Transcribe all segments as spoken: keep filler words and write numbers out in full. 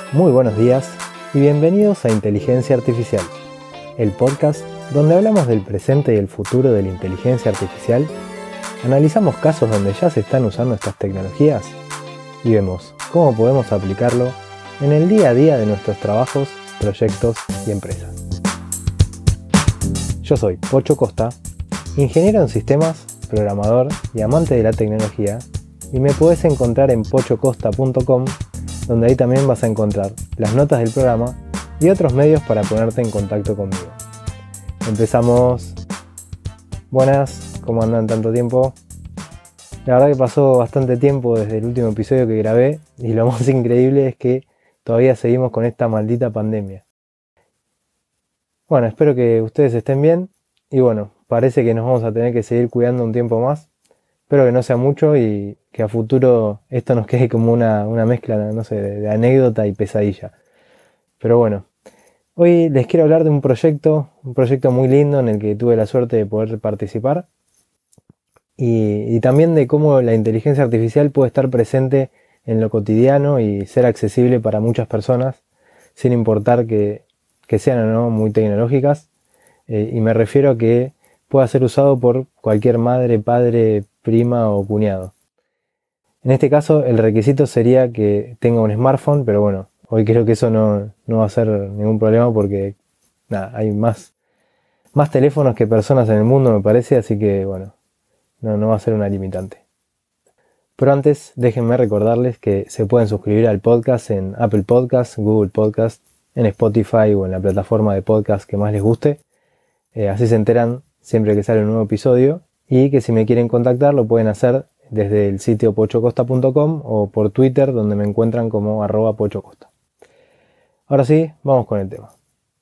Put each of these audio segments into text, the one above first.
Muy buenos días y bienvenidos a Inteligencia Artificial, el podcast donde hablamos del presente y el futuro de la inteligencia artificial, analizamos casos donde ya se están usando estas tecnologías y vemos cómo podemos aplicarlo en el día a día de nuestros trabajos, proyectos y empresas. Yo soy Pocho Costa, ingeniero en sistemas, programador y amante de la tecnología, y me podés encontrar en pocho costa punto com, donde ahí también vas a encontrar las notas del programa y otros medios para ponerte en contacto conmigo. Empezamos. Buenas, ¿cómo andan tanto tiempo? La verdad que pasó bastante tiempo desde el último episodio que grabé y lo más increíble es que todavía seguimos con esta maldita pandemia. Bueno, espero que ustedes estén bien y bueno, parece que nos vamos a tener que seguir cuidando un tiempo más. Espero que no sea mucho y que a futuro esto nos quede como una, una mezcla, no sé, de, de anécdota y pesadilla. Pero bueno, hoy les quiero hablar de un proyecto, un proyecto muy lindo en el que tuve la suerte de poder participar y, y también de cómo la inteligencia artificial puede estar presente en lo cotidiano y ser accesible para muchas personas sin importar que, que sean o no muy tecnológicas. Eh, y me refiero a que pueda ser usado por cualquier madre, padre, prima o cuñado. En este caso el requisito sería que tenga un smartphone, pero bueno, hoy creo que eso no, no va a ser ningún problema porque nada, hay más, más teléfonos que personas en el mundo, me parece, así que bueno, no, no va a ser una limitante. Pero antes déjenme recordarles que se pueden suscribir al podcast en Apple Podcasts, Google Podcasts, en Spotify o en la plataforma de podcast que más les guste. Eh, así se enteran siempre que sale un nuevo episodio. Y que si me quieren contactar lo pueden hacer desde el sitio pocho costa punto com o por Twitter, donde me encuentran como arroba pochocosta. Ahora sí, vamos con el tema.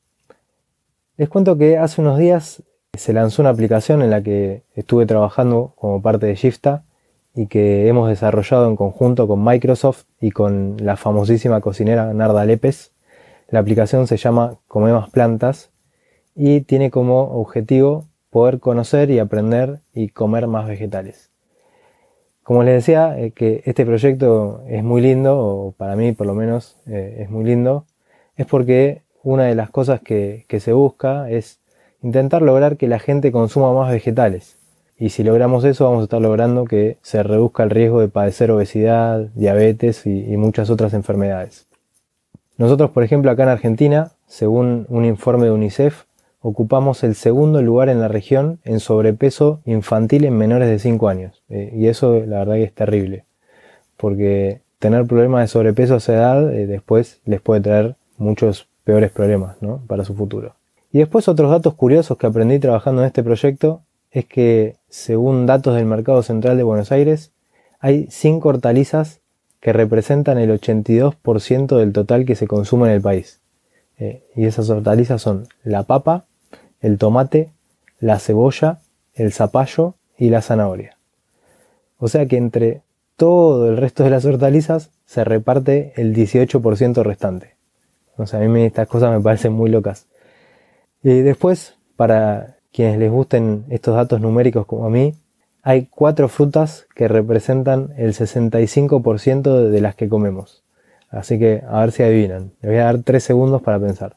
Les cuento que hace unos días se lanzó una aplicación en la que estuve trabajando como parte de Shifta y que hemos desarrollado en conjunto con Microsoft y con la famosísima cocinera Narda Lépez. La aplicación se llama Come Más Plantas y tiene como objetivo poder conocer y aprender y comer más vegetales. Como les decía, eh, que este proyecto es muy lindo, o para mí por lo menos eh, es muy lindo, es porque una de las cosas que, que se busca es intentar lograr que la gente consuma más vegetales. Y si logramos eso vamos a estar logrando que se reduzca el riesgo de padecer obesidad, diabetes y, y muchas otras enfermedades. Nosotros, por ejemplo, acá en Argentina, según un informe de UNICEF, ocupamos el segundo lugar en la región en sobrepeso infantil en menores de cinco años. Eh, y eso la verdad que es terrible, porque tener problemas de sobrepeso a esa edad eh, después les puede traer muchos peores problemas, ¿no?, para su futuro. Y después otros datos curiosos que aprendí trabajando en este proyecto es que, según datos del Mercado Central de Buenos Aires, hay cinco hortalizas que representan el ochenta y dos por ciento del total que se consume en el país. Eh, y esas hortalizas son la papa, el tomate, la cebolla, el zapallo y la zanahoria. O sea que entre todo el resto de las hortalizas se reparte el dieciocho por ciento restante. O sea, a mí estas cosas me parecen muy locas. Y después, para quienes les gusten estos datos numéricos como a mí, hay cuatro frutas que representan el sesenta y cinco por ciento de las que comemos. Así que a ver si adivinan. Les voy a dar tres segundos para pensar.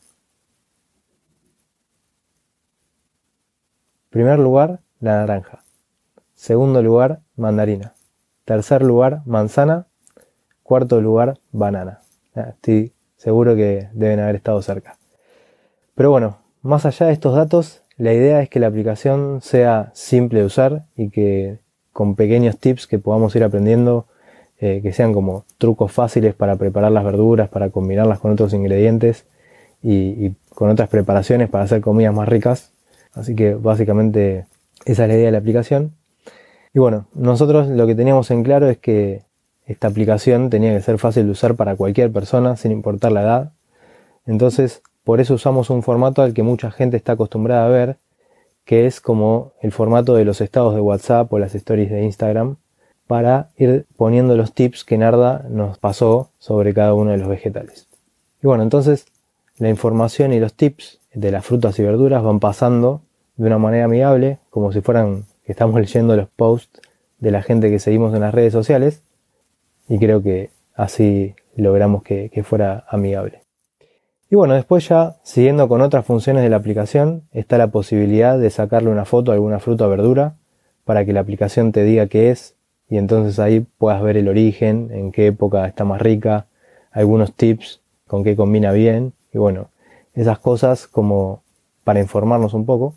Primer lugar, la naranja. Segundo lugar, mandarina. Tercer lugar, manzana. Cuarto lugar, banana. Estoy seguro que deben haber estado cerca. Pero bueno, más allá de estos datos, la idea es que la aplicación sea simple de usar y que con pequeños tips que podamos ir aprendiendo, eh, que sean como trucos fáciles para preparar las verduras, para combinarlas con otros ingredientes y, y con otras preparaciones para hacer comidas más ricas. Así que básicamente esa es la idea de la aplicación. Y bueno, nosotros lo que teníamos en claro es que esta aplicación tenía que ser fácil de usar para cualquier persona, sin importar la edad. Entonces, por eso usamos un formato al que mucha gente está acostumbrada a ver, que es como el formato de los estados de WhatsApp o las stories de Instagram, para ir poniendo los tips que Narda nos pasó sobre cada uno de los vegetales. Y bueno, entonces la información y los tips de las frutas y verduras van pasando de una manera amigable, como si fueran que estamos leyendo los posts de la gente que seguimos en las redes sociales, y creo que así logramos que, que fuera amigable. Y bueno, después ya siguiendo con otras funciones de la aplicación, está la posibilidad de sacarle una foto a alguna fruta o verdura para que la aplicación te diga qué es y entonces ahí puedas ver el origen, en qué época está más rica, algunos tips con qué combina bien y bueno, esas cosas como para informarnos un poco.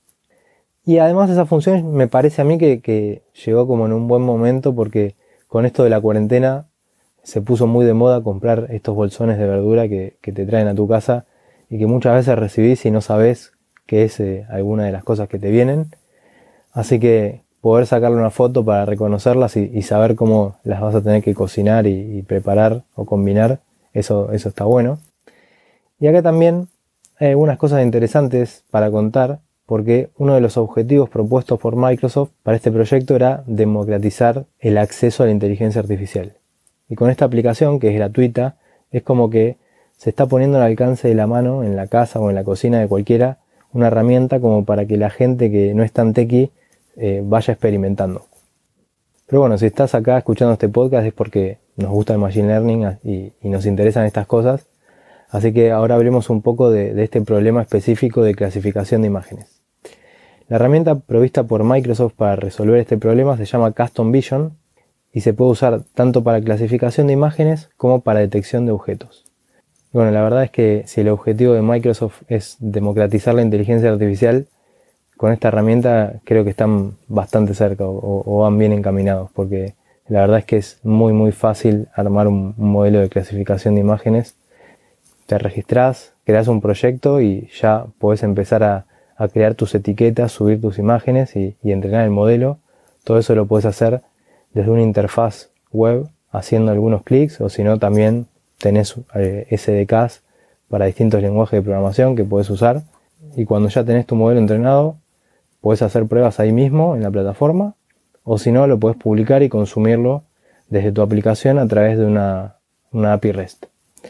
Y además esa función me parece a mí que, que llegó como en un buen momento porque con esto de la cuarentena se puso muy de moda comprar estos bolsones de verdura que, que te traen a tu casa y que muchas veces recibís y no sabés qué es eh, alguna de las cosas que te vienen. Así que poder sacarle una foto para reconocerlas y, y saber cómo las vas a tener que cocinar y, y preparar o combinar, eso, eso está bueno. Y acá también hay algunas cosas interesantes para contar porque uno de los objetivos propuestos por Microsoft para este proyecto era democratizar el acceso a la inteligencia artificial. Y con esta aplicación, que es gratuita, es como que se está poniendo al alcance de la mano en la casa o en la cocina de cualquiera una herramienta como para que la gente que no es tan techie eh, vaya experimentando. Pero bueno, si estás acá escuchando este podcast es porque nos gusta el Machine Learning y, y nos interesan estas cosas. Así que ahora hablemos un poco de, de este problema específico de clasificación de imágenes. La herramienta provista por Microsoft para resolver este problema se llama Custom Vision y se puede usar tanto para clasificación de imágenes como para detección de objetos. Y bueno, la verdad es que si el objetivo de Microsoft es democratizar la inteligencia artificial, con esta herramienta creo que están bastante cerca o, o van bien encaminados, porque la verdad es que es muy muy fácil armar un, un modelo de clasificación de imágenes. Te registrás, creas un proyecto y ya podés empezar a, a crear tus etiquetas, subir tus imágenes y, y entrenar el modelo. Todo eso lo podés hacer desde una interfaz web haciendo algunos clics o si no también tenés eh, S D Ks para distintos lenguajes de programación que podés usar y cuando ya tenés tu modelo entrenado podés hacer pruebas ahí mismo en la plataforma o si no lo podés publicar y consumirlo desde tu aplicación a través de una, una A P I REST.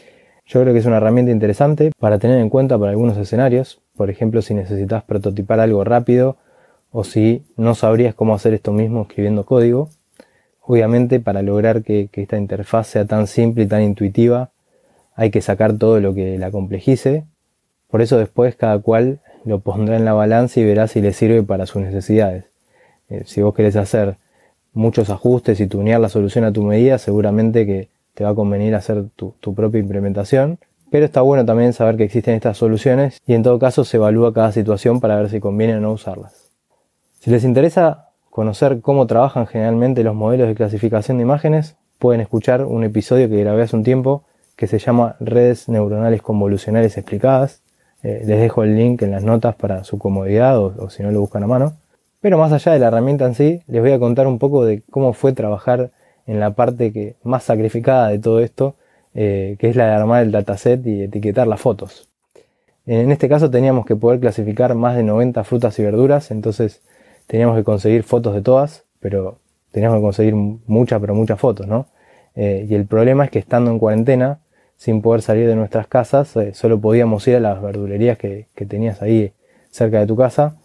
Yo creo que es una herramienta interesante para tener en cuenta para algunos escenarios, por ejemplo si necesitas prototipar algo rápido o si no sabrías cómo hacer esto mismo escribiendo código. Obviamente para lograr que, que esta interfaz sea tan simple y tan intuitiva hay que sacar todo lo que la complejice, por eso después cada cual lo pondrá en la balanza y verá si le sirve para sus necesidades. Eh, si vos querés hacer muchos ajustes y tunear la solución a tu medida, seguramente que te va a convenir hacer tu, tu propia implementación, pero está bueno también saber que existen estas soluciones y en todo caso se evalúa cada situación para ver si conviene o no usarlas. Si les interesa conocer cómo trabajan generalmente los modelos de clasificación de imágenes, pueden escuchar un episodio que grabé hace un tiempo que se llama Redes Neuronales Convolucionales Explicadas. Eh, les dejo el link en las notas para su comodidad o, o si no lo buscan a mano. Pero más allá de la herramienta en sí, les voy a contar un poco de cómo fue trabajar en la parte que, más sacrificada de todo esto, eh, que es la de armar el dataset y etiquetar las fotos. En este caso teníamos que poder clasificar más de noventa frutas y verduras, entonces teníamos que conseguir fotos de todas, pero teníamos que conseguir muchas, pero muchas fotos, ¿no? Eh, y el problema es que estando en cuarentena, sin poder salir de nuestras casas, eh, solo podíamos ir a las verdulerías que, que tenías ahí cerca de tu casa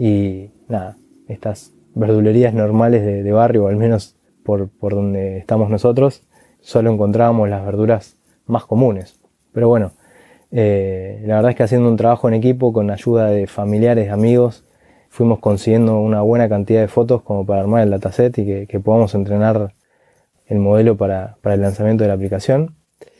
y nada, estas verdulerías normales de, de barrio, o al menos por, por donde estamos nosotros, solo encontrábamos las verduras más comunes. Pero bueno, eh, la verdad es que haciendo un trabajo en equipo con ayuda de familiares, amigos, fuimos consiguiendo una buena cantidad de fotos como para armar el dataset y que, que podamos entrenar el modelo para, para el lanzamiento de la aplicación.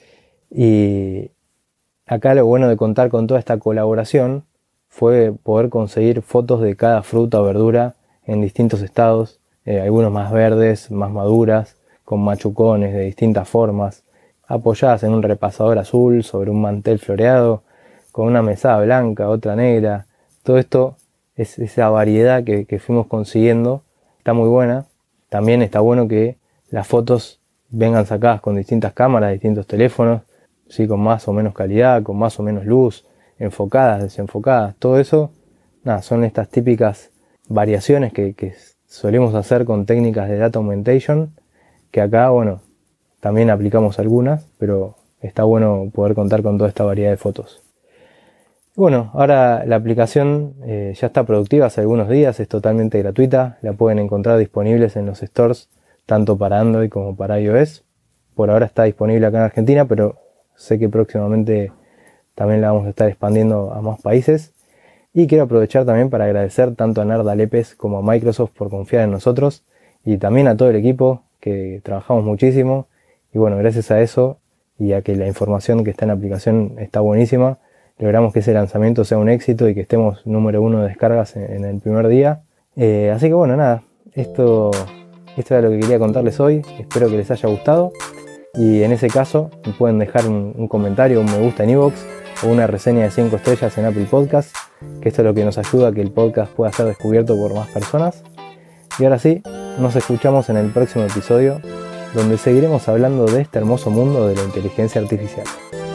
Y acá lo bueno de contar con toda esta colaboración fue poder conseguir fotos de cada fruta o verdura en distintos estados, eh, algunos más verdes, más maduras, con machucones de distintas formas, apoyadas en un repasador azul sobre un mantel floreado, con una mesada blanca, otra negra. Todo esto es esa variedad que, que fuimos consiguiendo, está muy buena. También está bueno que las fotos vengan sacadas con distintas cámaras, distintos teléfonos, ¿sí? Con más o menos calidad, con más o menos luz, enfocadas, desenfocadas, todo eso, nada, son estas típicas variaciones que, que solemos hacer con técnicas de data augmentation, que acá, bueno, también aplicamos algunas, pero está bueno poder contar con toda esta variedad de fotos. Bueno, ahora la aplicación eh, ya está productiva hace algunos días, es totalmente gratuita, la pueden encontrar disponibles en los stores tanto para Android como para iOS. por ahora está disponible acá en Argentina, pero sé que próximamente también la vamos a estar expandiendo a más países. Y quiero aprovechar también para agradecer tanto a Narda Lepes como a Microsoft por confiar en nosotros y también a todo el equipo que trabajamos muchísimo. Y bueno, gracias a eso y a que la información que está en la aplicación está buenísima, logramos que ese lanzamiento sea un éxito y que estemos número uno de descargas en, en el primer día. Eh, así que bueno, nada, esto, esto era lo que quería contarles hoy. Espero que les haya gustado. Y en ese caso me pueden dejar un, un comentario, un me gusta en iVoox o una reseña de cinco estrellas en Apple Podcast, que esto es lo que nos ayuda a que el podcast pueda ser descubierto por más personas. Y ahora sí, nos escuchamos en el próximo episodio, donde seguiremos hablando de este hermoso mundo de la inteligencia artificial.